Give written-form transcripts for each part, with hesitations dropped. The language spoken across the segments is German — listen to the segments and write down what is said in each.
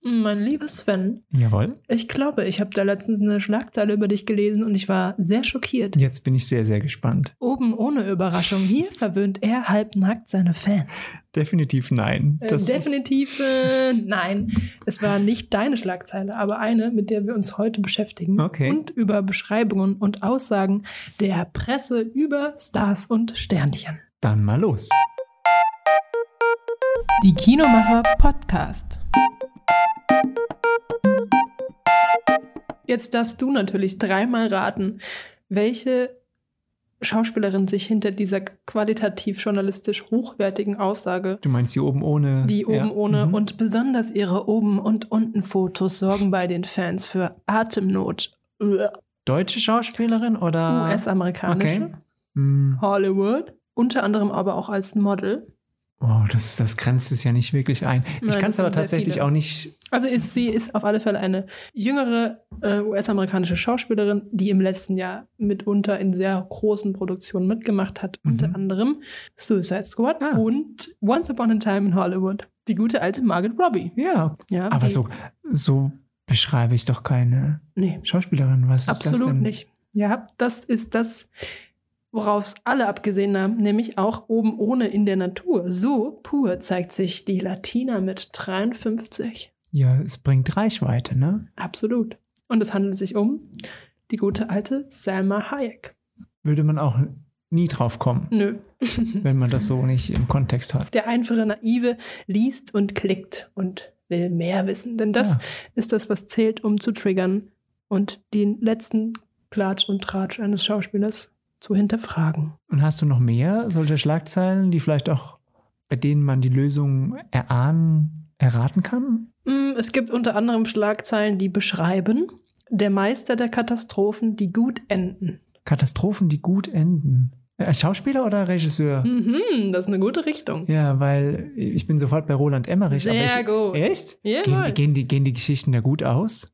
Mein lieber Sven, Jawohl. ich glaube, ich habe da letztens eine Schlagzeile über dich gelesen und ich war sehr schockiert. Jetzt bin ich sehr, sehr gespannt. Oben ohne Überraschung. Hier verwöhnt er halbnackt seine Fans. Definitiv nein. Definitiv nein. Es war nicht deine Schlagzeile, aber eine, mit der wir uns heute beschäftigen. Okay. Und über Beschreibungen und Aussagen der Presse über Stars und Sternchen. Dann mal los. Die Kinomacher Podcast. Jetzt darfst du natürlich dreimal raten, welche Schauspielerin sich hinter dieser qualitativ journalistisch hochwertigen Aussage, Du meinst die oben ohne? die oben ja. ohne und besonders ihre oben und unten Fotos sorgen bei den Fans für Atemnot. Deutsche Schauspielerin oder? US-amerikanische, Okay. Hm. Hollywood, unter anderem aber auch als Model. Oh, das grenzt es ja nicht wirklich ein. Nein, Ich kann es das aber sind sehr tatsächlich viele. auch nicht. Also sie ist auf alle Fälle eine jüngere US-amerikanische Schauspielerin, die im letzten Jahr mitunter in sehr großen Produktionen mitgemacht hat. Unter anderem Suicide Squad und Once Upon a Time in Hollywood. Die gute alte Margot Robbie. Ja, Ja, aber die- so beschreibe ich doch keine Nee, Schauspielerin. Was ist das absolut denn? nicht. Ja, das ist das, worauf es alle abgesehen haben, nämlich auch oben ohne in der Natur. So pur zeigt sich die Latina mit 53. Ja, es bringt Reichweite, ne? Absolut. Und es handelt sich um die gute alte Salma Hayek. Würde man auch nie drauf kommen, Nö. wenn man das so nicht im Kontext hat. Der einfache Naive liest und klickt und will mehr wissen. Denn das Ja. ist das, was zählt, um zu triggern und den letzten Klatsch und Tratsch eines Schauspielers zu hinterfragen. Und hast du noch mehr solche Schlagzeilen, die vielleicht auch, bei denen man die Lösung erraten kann? Es gibt unter anderem Schlagzeilen, die beschreiben, der Meister der Katastrophen, die gut enden. Katastrophen, die gut enden. Schauspieler oder Regisseur? Das ist eine gute Richtung. Ja, weil ich bin sofort bei Roland Emmerich. Sehr gut. Echt? Jawohl. Gehen die Geschichten da gut aus?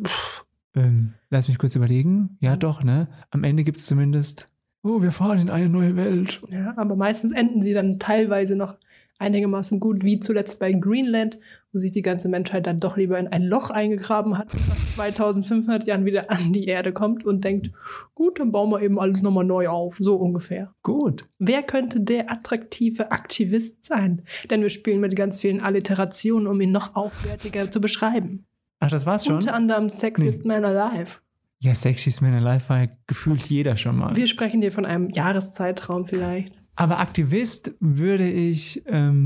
Lass mich kurz überlegen. Ja, doch, ne? Am Ende gibt es zumindest, wir fahren in eine neue Welt. Ja, aber meistens enden sie dann teilweise noch einigermaßen gut, wie zuletzt bei Greenland, wo sich die ganze Menschheit dann doch lieber in ein Loch eingegraben hat und nach 2500 Jahren wieder an die Erde kommt und denkt, gut, dann bauen wir eben alles nochmal neu auf, so ungefähr. Gut. Wer könnte der attraktive Aktivist sein? Denn wir spielen mit ganz vielen Alliterationen, um ihn noch aufwertiger zu beschreiben. Ach, das war's schon? Unter anderem Sexiest Man Alive. Ja, Sexiest Man Alive war ja gefühlt jeder schon mal. Wir sprechen hier von einem Jahreszeitraum vielleicht. Aber Aktivist würde ich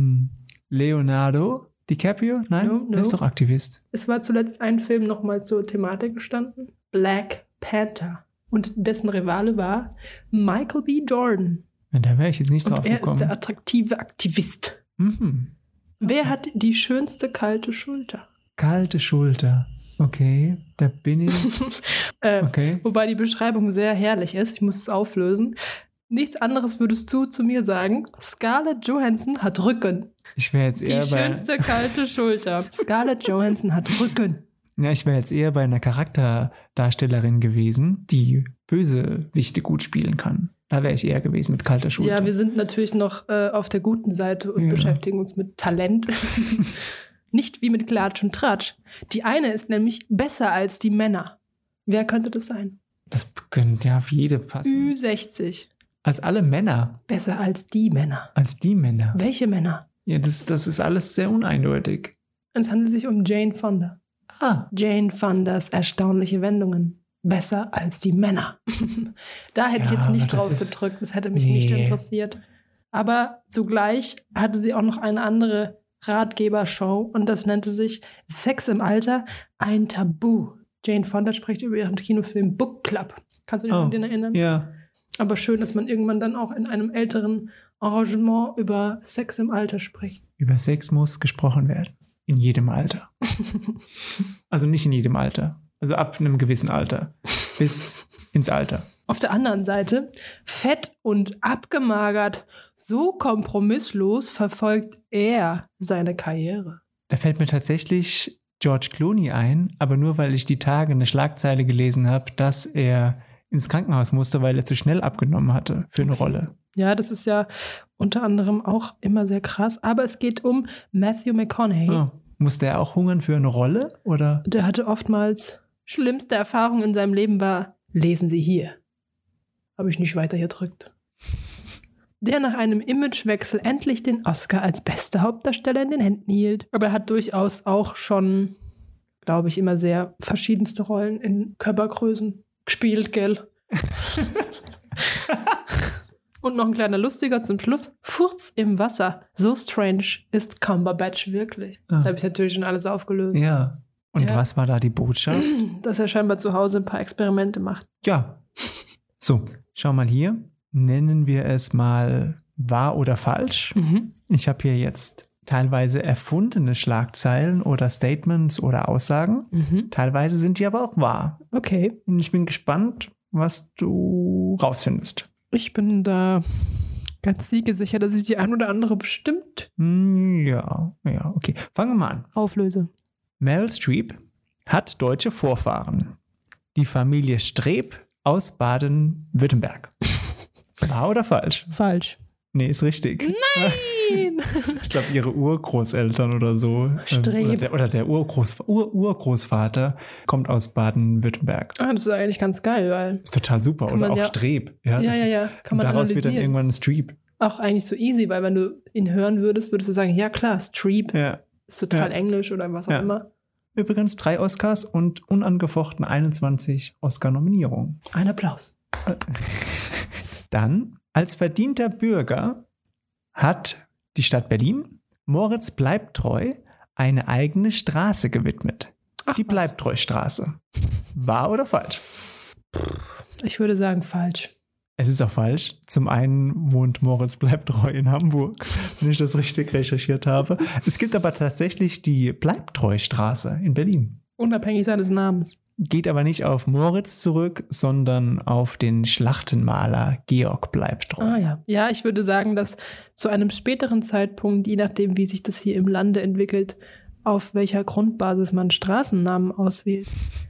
Leonardo DiCaprio? Nein, No. er ist doch Aktivist. Es war zuletzt ein Film nochmal zur Thematik gestanden. Black Panther. Und dessen Rivale war Michael B. Jordan. Da wäre ich jetzt nicht drauf Und er gekommen. ist der attraktive Aktivist. Wer hat die schönste kalte Schulter? Kalte Schulter. Okay, da bin ich. Okay. Wobei die Beschreibung sehr herrlich ist. Ich muss es auflösen. Nichts anderes würdest du zu mir sagen. Scarlett Johansson hat Rücken. Ich wäre jetzt Die eher bei. schönste kalte Schulter. Scarlett Johansson hat Rücken. Ja, ich wäre jetzt eher bei einer Charakterdarstellerin gewesen, die Bösewichte gut spielen kann. Da wäre ich eher gewesen mit kalter Schulter. Ja, wir sind natürlich noch auf der guten Seite und Ja. beschäftigen uns mit Talent. Nicht wie mit Klatsch und Tratsch. Die eine ist nämlich besser als die Männer. Wer könnte das sein? Das könnte ja auf jede passen. Ü60. Als alle Männer. Besser als die Männer. Als die Männer. Welche Männer? Ja, das ist alles sehr uneindeutig. Es handelt sich um Jane Fonda. Jane Fondas erstaunliche Wendungen. Besser als die Männer. Da hätte ich Ja, jetzt nicht aber das drauf ist- gedrückt. Das hätte mich nicht Nee. interessiert. Aber zugleich hatte sie auch noch eine andere Ratgebershow und das nannte sich Sex im Alter, ein Tabu. Jane Fonda spricht über ihren Kinofilm Book Club. Kannst du dich an den erinnern? Ja. Aber schön, dass man irgendwann dann auch in einem älteren Arrangement über Sex im Alter spricht. Über Sex muss gesprochen werden. In jedem Alter. Also nicht in jedem Alter. Also ab einem gewissen Alter. Bis ins Alter. Auf der anderen Seite, fett und abgemagert, so kompromisslos verfolgt er seine Karriere. Da fällt mir tatsächlich George Clooney ein, aber nur weil ich die Tage eine Schlagzeile gelesen habe, dass er ins Krankenhaus musste, weil er zu schnell abgenommen hatte für eine Rolle. Ja, das ist ja unter anderem auch immer sehr krass. Aber es geht um Matthew McConaughey. Oh, Musste er auch hungern für eine Rolle, oder? Der hatte oftmals schlimmste Erfahrung in seinem Leben war, lesen Sie hier. Habe ich nicht weiter gedrückt. Der nach einem Imagewechsel endlich den Oscar als bester Hauptdarsteller in den Händen hielt. Aber er hat durchaus auch schon, glaube ich, immer sehr verschiedenste Rollen in Körpergrößen gespielt, gell? Und noch ein kleiner Lustiger zum Schluss. Furz im Wasser. So strange ist Cumberbatch wirklich. Das habe ich natürlich schon alles aufgelöst. Ja. Und Ja. was war da die Botschaft? Dass er scheinbar zu Hause ein paar Experimente macht. Ja. So, schau mal hier. Nennen wir es mal wahr oder falsch. Ich habe hier jetzt teilweise erfundene Schlagzeilen oder Statements oder Aussagen. Teilweise sind die aber auch wahr. Okay. Und ich bin gespannt, was du rausfindest. Ich bin da ganz siegesicher, dass ich die ein oder andere bestimmt Ja, okay. Fangen wir mal an. auflöse. Meryl Streep hat deutsche Vorfahren. Die Familie Streep aus Baden-Württemberg. Wahr oder falsch? Falsch. Nee, ist richtig. Nein! Ich glaube, ihre Urgroßeltern oder so. Streep. Oder der Urgroßvater kommt aus Baden-Württemberg. Das ist eigentlich ganz geil, weil Ist total super. Kann Oder man auch ja- Streep. ja, Und kann man daraus wird dann analysieren. irgendwann ein Streep. Auch eigentlich so easy, weil wenn du ihn hören würdest, würdest du sagen, ja klar, Streep Ja. ist total Ja. Englisch oder was auch Ja. immer. Übrigens 3 Oscars und unangefochten 21 Oscar-Nominierungen. Ein Applaus. Dann, als verdienter Bürger hat die Stadt Berlin Moritz Bleibtreu eine eigene Straße gewidmet. Ach, Die was. Bleibtreu-Straße. Wahr oder falsch? Ich würde sagen falsch. Es ist auch falsch. Zum einen wohnt Moritz Bleibtreu in Hamburg, wenn ich das richtig recherchiert habe. Es gibt aber tatsächlich die Bleibtreu-Straße in Berlin. Unabhängig seines Namens. Geht aber nicht auf Moritz zurück, sondern auf den Schlachtenmaler Georg Bleibtreu. Ah ja. Ja, ich würde sagen, dass zu einem späteren Zeitpunkt, je nachdem, wie sich das hier im Lande entwickelt, auf welcher Grundbasis man Straßennamen auswählt,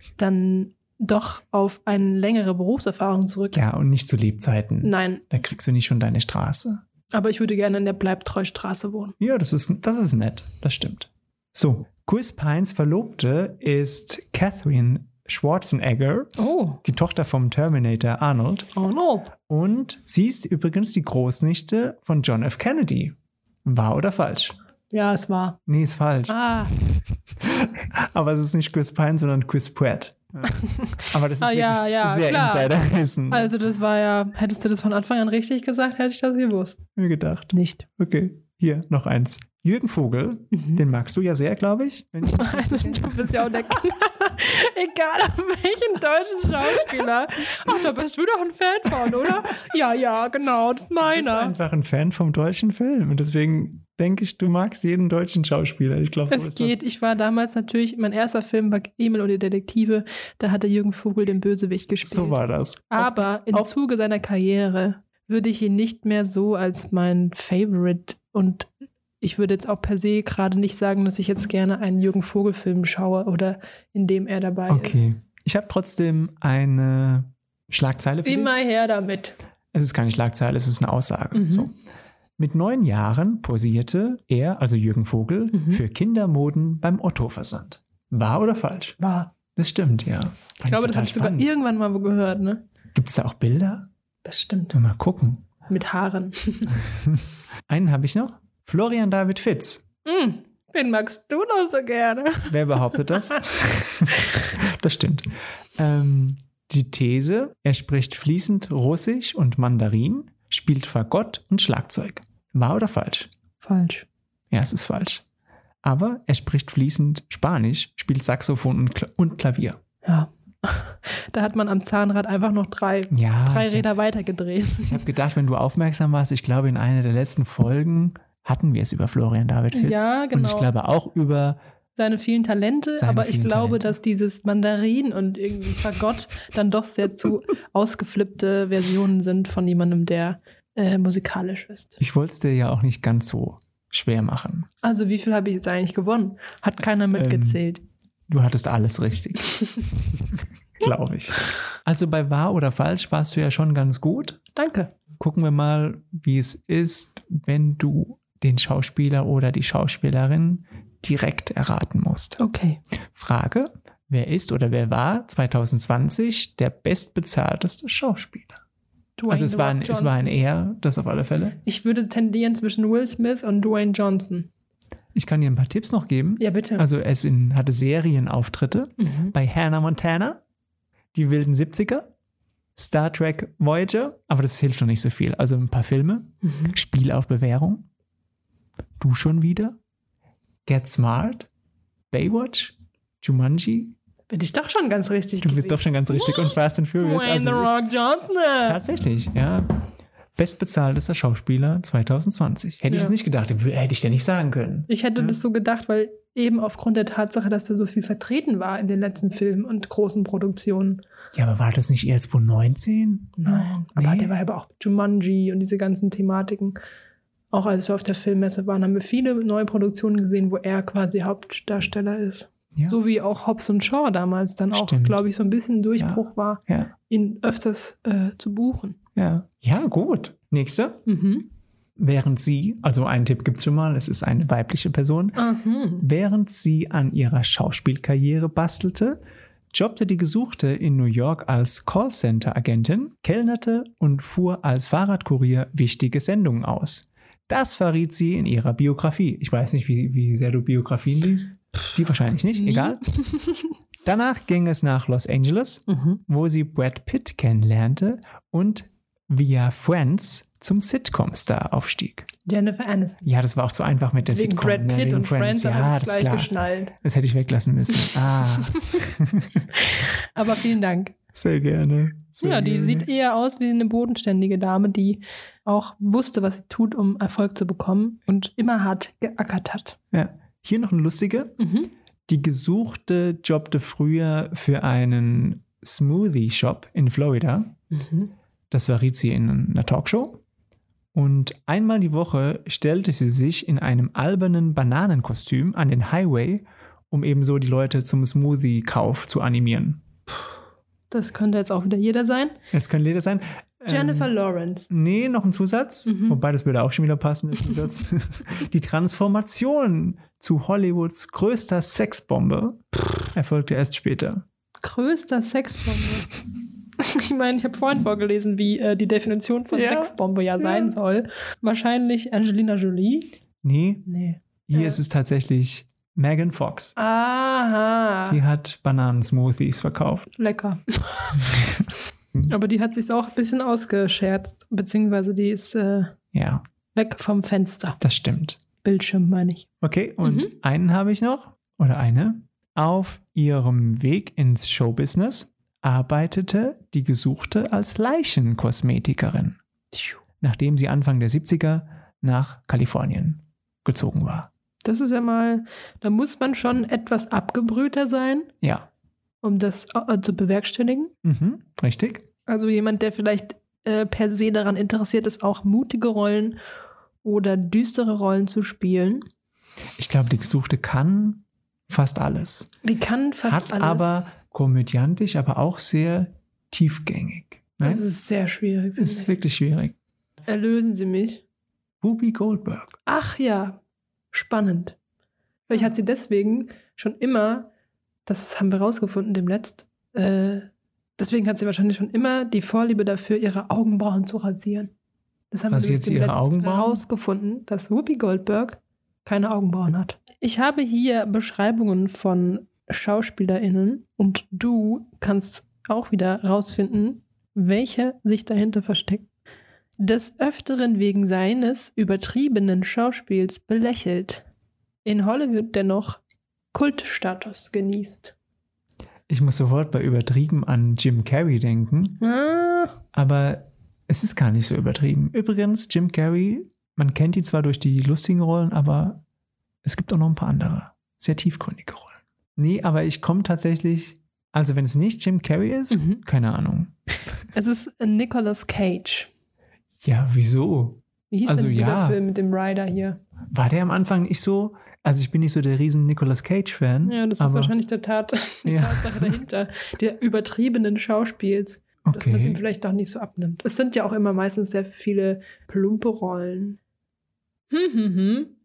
dann doch auf eine längere Berufserfahrung zurück. Ja, und nicht zu Lebzeiten. Nein, Da kriegst du nicht schon deine Straße. aber ich würde gerne in der Bleibtreustraße wohnen. Ja, das ist nett. Das stimmt. So, Chris Pines Verlobte ist Catherine Schwarzenegger, Oh, die Tochter vom Terminator Arnold. oh no. Und sie ist übrigens die Großnichte von John F. Kennedy. Wahr oder falsch? Ja, es war. Nee, ist falsch. Ah, Aber es ist nicht Chris Pine, sondern Chris Pratt. Ja. Aber das ist wirklich ja, sehr klar. Insiderwissen. Also das war ja, hättest du das von Anfang an richtig gesagt, hätte ich das gewusst. Mir gedacht. Nicht. Okay, hier noch eins. Jürgen Vogel, den magst du ja sehr, glaube ich. Wenn ich Du bist ja auch der Knaller. Egal auf welchen deutschen Schauspieler. Ach, da bist du doch ein Fan von, oder? Ja, genau, das ist Du bist meiner. einfach ein Fan vom deutschen Film. Und deswegen denke ich, du magst jeden deutschen Schauspieler. Ich glaube, so Es ist geht. Ich war damals natürlich, mein erster Film war Emil und die Detektive. Da hat der Jürgen Vogel den Bösewicht das. gespielt. So war das. Aber im auf- Zuge seiner Karriere würde ich ihn nicht mehr so als mein Favorite und ich würde jetzt auch per se gerade nicht sagen, dass ich jetzt gerne einen Jürgen Vogel-Film schaue oder in dem er dabei Okay. ist. Ich habe trotzdem eine Schlagzeile für Immer dich. her damit. Es ist keine Schlagzeile, es ist eine Aussage. Mhm. So. Mit 9 Jahren posierte er, also Jürgen Vogel, für Kindermoden beim Otto-Versand. Wahr oder falsch? War. Das stimmt, ja. Ich glaube, das habe ich sogar irgendwann mal wo gehört, ne? Gibt es da auch Bilder? Bestimmt. Mal gucken. Mit Haaren. Einen habe ich noch. Florian David Fitz. Den magst du doch so gerne. Wer behauptet das? Das stimmt. Die These, er spricht fließend Russisch und Mandarin, spielt Fagott und Schlagzeug. Wahr oder falsch? Falsch. Ja, es ist falsch. Aber er spricht fließend Spanisch, spielt Saxophon und Klavier. Ja. Da hat man am Zahnrad einfach noch drei Ja, Räder weitergedreht. ich habe gedacht, wenn du aufmerksam warst, ich glaube, in einer der letzten Folgen hatten wir es über Florian David Fitz. Ja, Und genau. ich glaube auch über Seine vielen Talente, Seine aber ich vielen glaube, Talente. dass dieses Mandarin und irgendwie Fagott dann doch sehr zu ausgeflippte Versionen sind von jemandem, der musikalisch ist. Ich wollte es dir ja auch nicht ganz so schwer machen. Also wie viel habe ich jetzt eigentlich gewonnen? Hat keiner mitgezählt. Du hattest alles richtig. Glaube ich. Also bei wahr oder falsch warst du ja schon ganz gut. Danke. Gucken wir mal, wie es ist, wenn du den Schauspieler oder die Schauspielerin direkt erraten musst. Okay. Frage, wer ist oder wer war 2020 der bestbezahlteste Schauspieler? Also es war ein Er, das auf alle Fälle. Ich würde tendieren zwischen Will Smith und Dwayne Johnson. Ich kann dir ein paar Tipps noch geben. Ja, bitte. Also hatte Serienauftritte bei Hannah Montana, die wilden 70er, Star Trek Voyager, aber das hilft noch nicht so viel. Also ein paar Filme, Spiel auf Bewährung, Du schon wieder, Get Smart, Baywatch, Jumanji. Bin ich doch schon ganz richtig. Du bist doch schon ganz richtig und Fast and Furious. Dwayne The Rock Johnson. Tatsächlich, ja. Bestbezahltester Schauspieler 2020. Hätte ich es nicht gedacht, hätte ich dir nicht sagen können. Ich hätte das so gedacht, weil eben aufgrund der Tatsache, dass er so viel vertreten war in den letzten Filmen und großen Produktionen. Ja, aber war das nicht eher 2019? Nein, aber der war aber auch Jumanji und diese ganzen Thematiken. Auch als wir auf der Filmmesse waren, haben wir viele neue Produktionen gesehen, wo er quasi Hauptdarsteller ist. Ja. So wie auch Hobbs und Shaw damals dann auch, glaube ich, so ein bisschen Durchbruch war, ihn öfters zu buchen. Ja, gut. Nächste. Während sie, also einen Tipp gibt es schon mal, es ist eine weibliche Person, während sie an ihrer Schauspielkarriere bastelte, jobbte die Gesuchte in New York als Callcenter-Agentin, kellnerte und fuhr als Fahrradkurier wichtige Sendungen aus. Das verriet sie in ihrer Biografie. Ich weiß nicht, wie sehr du Biografien liest. Die wahrscheinlich nicht, egal. Danach ging es nach Los Angeles, wo sie Brad Pitt kennenlernte und via Friends zum Sitcom-Star aufstieg. Jennifer Aniston. Ja, das war auch zu einfach mit der wegen Sitcom. Brad Pitt und Friends, ja, das ist gleich geschnallt. Das hätte ich weglassen müssen. Aber vielen Dank. Sehr gerne. Die sieht eher aus wie eine bodenständige Dame, die auch wusste, was sie tut, um Erfolg zu bekommen und immer hart geackert hat. Ja. Hier noch eine lustige. Die Gesuchte jobbte früher für einen Smoothie-Shop in Florida. Das verriet sie in einer Talkshow. Und einmal die Woche stellte sie sich in einem albernen Bananenkostüm an den Highway, um eben so die Leute zum Smoothie-Kauf zu animieren. Das könnte jetzt auch wieder jeder sein. Es könnte jeder sein. Jennifer Lawrence. Nee, noch ein Zusatz. Wobei, das würde auch schon wieder passen, der Zusatz. Die Transformation zu Hollywoods größter Sexbombe erfolgte erst später. Größter Sexbombe? Ich meine, ich habe vorhin vorgelesen, wie die Definition von Sexbombe sein soll. Wahrscheinlich Angelina Jolie. Nee. Hier ist es tatsächlich Megan Fox. Aha. Die hat Bananensmoothies verkauft. Lecker. Aber die hat sich auch ein bisschen ausgescherzt, beziehungsweise die ist weg vom Fenster. Das stimmt. Bildschirm, meine ich. Okay, und einen habe ich noch, oder eine. Auf ihrem Weg ins Showbusiness arbeitete die Gesuchte als Leichenkosmetikerin, nachdem sie Anfang der 70er nach Kalifornien gezogen war. Das ist ja mal, da muss man schon etwas abgebrühter sein. Ja. Um das zu bewerkstelligen. Richtig. Also jemand, der vielleicht per se daran interessiert ist, auch mutige Rollen oder düstere Rollen zu spielen. Ich glaube, die Gesuchte kann fast alles. Die kann fast alles. Hat aber komödiantisch, aber auch sehr tiefgängig. Das ist sehr schwierig. Ist wirklich schwierig. Erlösen Sie mich. Whoopi Goldberg. Ach ja, spannend. Vielleicht hat sie deswegen schon immer, das haben wir rausgefunden demnächst, deswegen hat sie wahrscheinlich schon immer die Vorliebe dafür, ihre Augenbrauen zu rasieren. Das haben wir jetzt ihre Augenbrauen? Rausgefunden, dass Whoopi Goldberg keine Augenbrauen hat. Ich habe hier Beschreibungen von SchauspielerInnen und du kannst auch wieder rausfinden, welche sich dahinter versteckt. Des Öfteren wegen seines übertriebenen Schauspiels belächelt. In Hollywood dennoch Kultstatus genießt. Ich muss sofort bei übertrieben an Jim Carrey denken. Aber es ist gar nicht so übertrieben. Übrigens, Jim Carrey, man kennt ihn zwar durch die lustigen Rollen, aber es gibt auch noch ein paar andere, sehr tiefgründige Rollen. Nee, aber ich komme tatsächlich, also wenn es nicht Jim Carrey ist, keine Ahnung. Es ist Nicolas Cage. Ja, wieso? Wie hieß denn dieser Film mit dem Rider hier? War der am Anfang nicht so? Also ich bin nicht so der riesen Nicolas Cage-Fan. Ja, das ist wahrscheinlich die Tatsache dahinter. Der übertriebenen Schauspiels. Okay. Dass man es ihm vielleicht auch nicht so abnimmt. Es sind ja auch immer meistens sehr viele plumpe Rollen.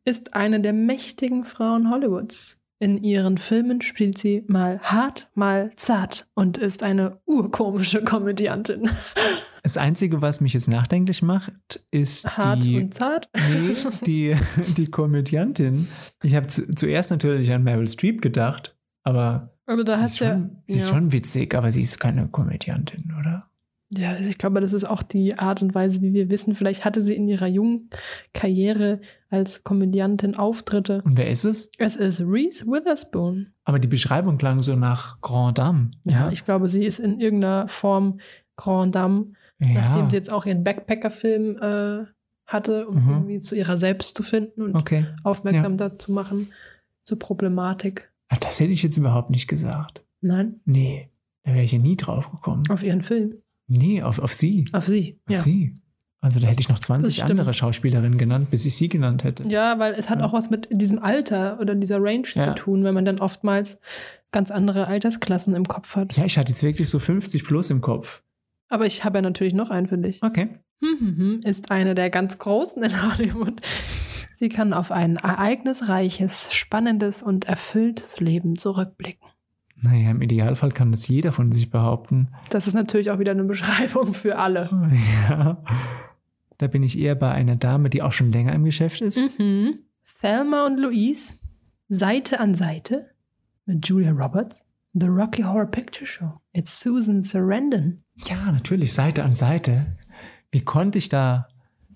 ist eine der mächtigen Frauen Hollywoods. In ihren Filmen spielt sie mal hart, mal zart und ist eine urkomische Komödiantin. Das Einzige, was mich jetzt nachdenklich macht, ist hart und zart? Nee, die Komödiantin. Ich habe zuerst natürlich an Meryl Streep gedacht, aber sie ist schon witzig, aber sie ist keine Komödiantin, oder? Ja, ich glaube, das ist auch die Art und Weise, wie wir wissen. Vielleicht hatte sie in ihrer jungen Karriere als Komödiantin Auftritte. Und wer ist es? Es ist Reese Witherspoon. Aber die Beschreibung klang so nach Grand Dame. Ja, ich glaube, sie ist in irgendeiner Form Grand Dame, nachdem sie jetzt auch ihren Backpacker-Film hatte, um irgendwie zu ihrer selbst zu finden und aufmerksam dazu machen, zur Problematik. Ach, das hätte ich jetzt überhaupt nicht gesagt. Nein? Nee, da wäre ich ja nie drauf gekommen. Auf ihren Film? Nee, auf sie. Auf sie, Auf sie. Also da hätte ich noch 20 andere Schauspielerinnen genannt, bis ich sie genannt hätte. Ja, weil es hat auch was mit diesem Alter oder dieser Range zu tun, wenn man dann oftmals ganz andere Altersklassen im Kopf hat. Ja, ich hatte jetzt wirklich so 50 plus im Kopf. Aber ich habe ja natürlich noch einen für dich. Okay. Ist eine der ganz Großen in Hollywood. Sie kann auf ein ereignisreiches, spannendes und erfülltes Leben zurückblicken. Naja, im Idealfall kann das jeder von sich behaupten. Das ist natürlich auch wieder eine Beschreibung für alle. Ja, da bin ich eher bei einer Dame, die auch schon länger im Geschäft ist. Thelma und Louise, Seite an Seite mit Julia Roberts. The Rocky Horror Picture Show. It's Susan Sarandon. Ja, natürlich, Seite an Seite. Wie konnte ich da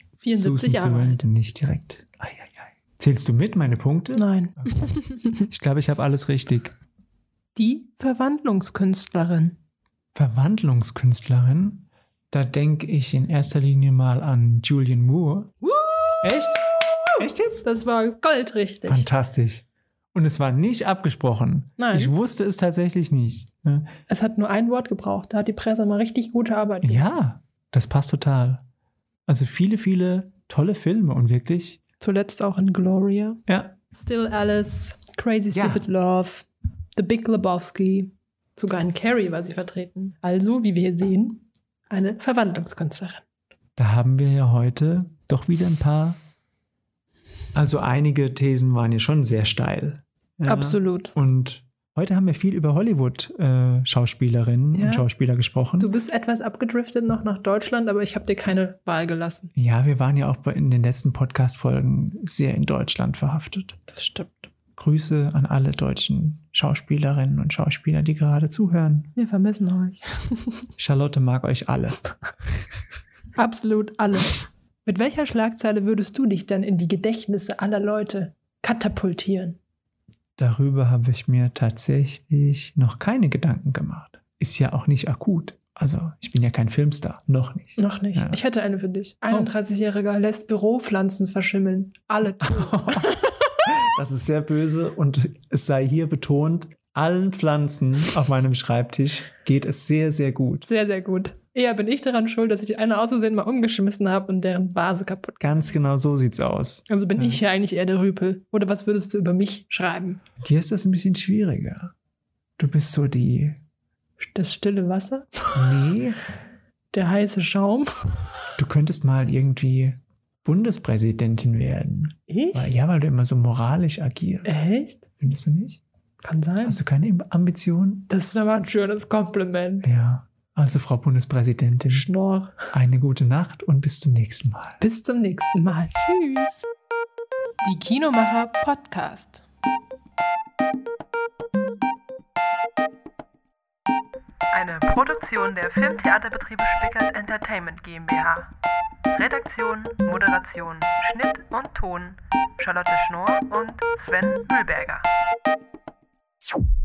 74 Susan Sarandon nicht direkt? Zählst du mit, meine Punkte? Nein. Okay. Ich glaube, ich habe alles richtig. Die Verwandlungskünstlerin. Verwandlungskünstlerin? Da denke ich in erster Linie mal an Julianne Moore. Echt? Echt jetzt? Das war goldrichtig. Fantastisch. Und es war nicht abgesprochen. Nein. Ich wusste es tatsächlich nicht. Es hat nur ein Wort gebraucht. Da hat die Presse mal richtig gute Arbeit gemacht. Ja, das passt total. Also viele, viele tolle Filme und wirklich. Zuletzt auch in Gloria. Ja. Still Alice, Crazy Stupid Love, The Big Lebowski. Sogar in Carrie war sie vertreten. Also, wie wir hier sehen, eine Verwandlungskünstlerin. Da haben wir ja heute doch wieder ein paar. Also einige Thesen waren ja schon sehr steil. Ja. Absolut. Und heute haben wir viel über Hollywood-Schauspielerinnen und Schauspieler gesprochen. Du bist etwas abgedriftet noch nach Deutschland, aber ich habe dir keine Wahl gelassen. Ja, wir waren ja auch in den letzten Podcast-Folgen sehr in Deutschland verhaftet. Das stimmt. Grüße an alle deutschen Schauspielerinnen und Schauspieler, die gerade zuhören. Wir vermissen euch. Charlotte mag euch alle. Absolut alle. Mit welcher Schlagzeile würdest du dich denn in die Gedächtnisse aller Leute katapultieren? Darüber habe ich mir tatsächlich noch keine Gedanken gemacht. Ist ja auch nicht akut. Also, ich bin ja kein Filmstar. Noch nicht. Noch nicht. Ja. Ich hätte eine für dich. 31-Jähriger lässt Büropflanzen verschimmeln. Alle tot. Das ist sehr böse und es sei hier betont, allen Pflanzen auf meinem Schreibtisch geht es sehr, sehr gut. Sehr, sehr gut. Eher bin ich daran schuld, dass ich eine aus Versehen mal umgeschmissen habe und deren Vase kaputt. Ganz genau so sieht's aus. Also bin ich ja eigentlich eher der Rüpel. Oder was würdest du über mich schreiben? Dir ist das ein bisschen schwieriger. Du bist so die... Das stille Wasser? Nee. Der heiße Schaum? Du könntest mal irgendwie Bundespräsidentin werden. Ich? Weil du immer so moralisch agierst. Echt? Findest du nicht? Kann sein. Hast du keine Ambitionen? Das ist aber ein schönes Kompliment. Ja. Also, Frau Bundespräsidentin. Schnorr. Eine gute Nacht und bis zum nächsten Mal. Bis zum nächsten Mal. Tschüss. Die Kinomacher Podcast. Eine Produktion der Filmtheaterbetriebe Spickert Entertainment GmbH. Redaktion, Moderation, Schnitt und Ton Charlotte Schnorr und Sven Mühlberger.